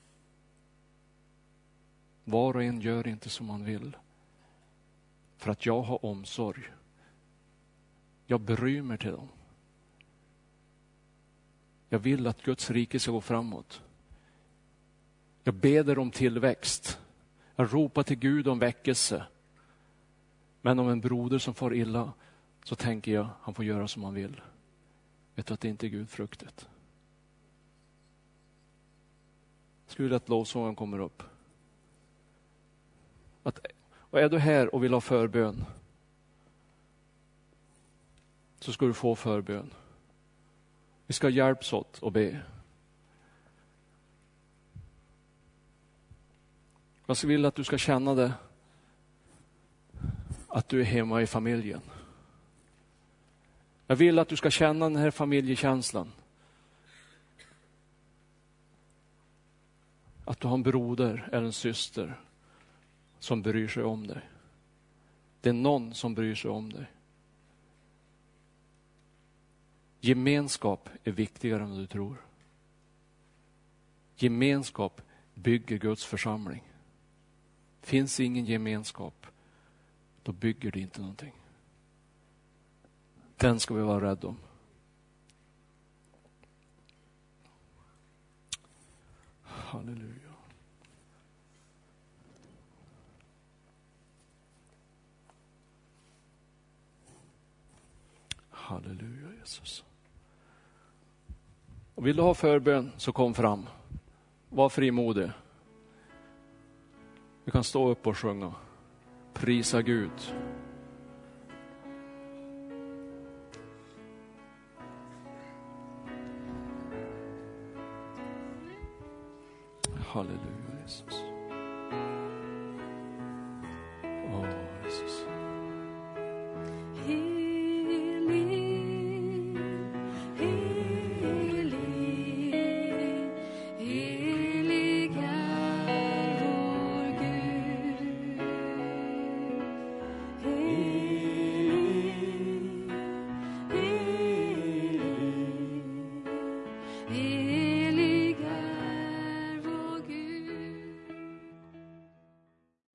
Var och en gör inte som man vill. För att jag har omsorg. Jag bryr mig till dem. Jag vill att Guds rike ska gå framåt. Jag beder om tillväxt. Jag ropar till Gud om väckelse. Men om en broder som får illa, så tänker jag, han får göra som han vill. Vet du att det inte är Gudfruktet? Skulle att lovsången kommer upp. Att, och är du här och vill ha förbön, så ska du få förbön. Vi ska hjälpas åt och be. Jag skulle vilja att du ska känna det, att du är hemma i familjen. Jag vill att du ska känna den här familjekänslan. Att du har en broder eller en syster som bryr sig om dig. Det är någon som bryr sig om dig. Gemenskap är viktigare än vad du tror. Gemenskap bygger Guds församling. Finns ingen gemenskap, då bygger det inte någonting. Den ska vi vara rädda om. Halleluja. Halleluja, Jesus. Och vill du ha förbön, så kom fram. Var frimodig. Vi kan stå upp och sjunga. Prisa Gud. Halleluja, Jesus.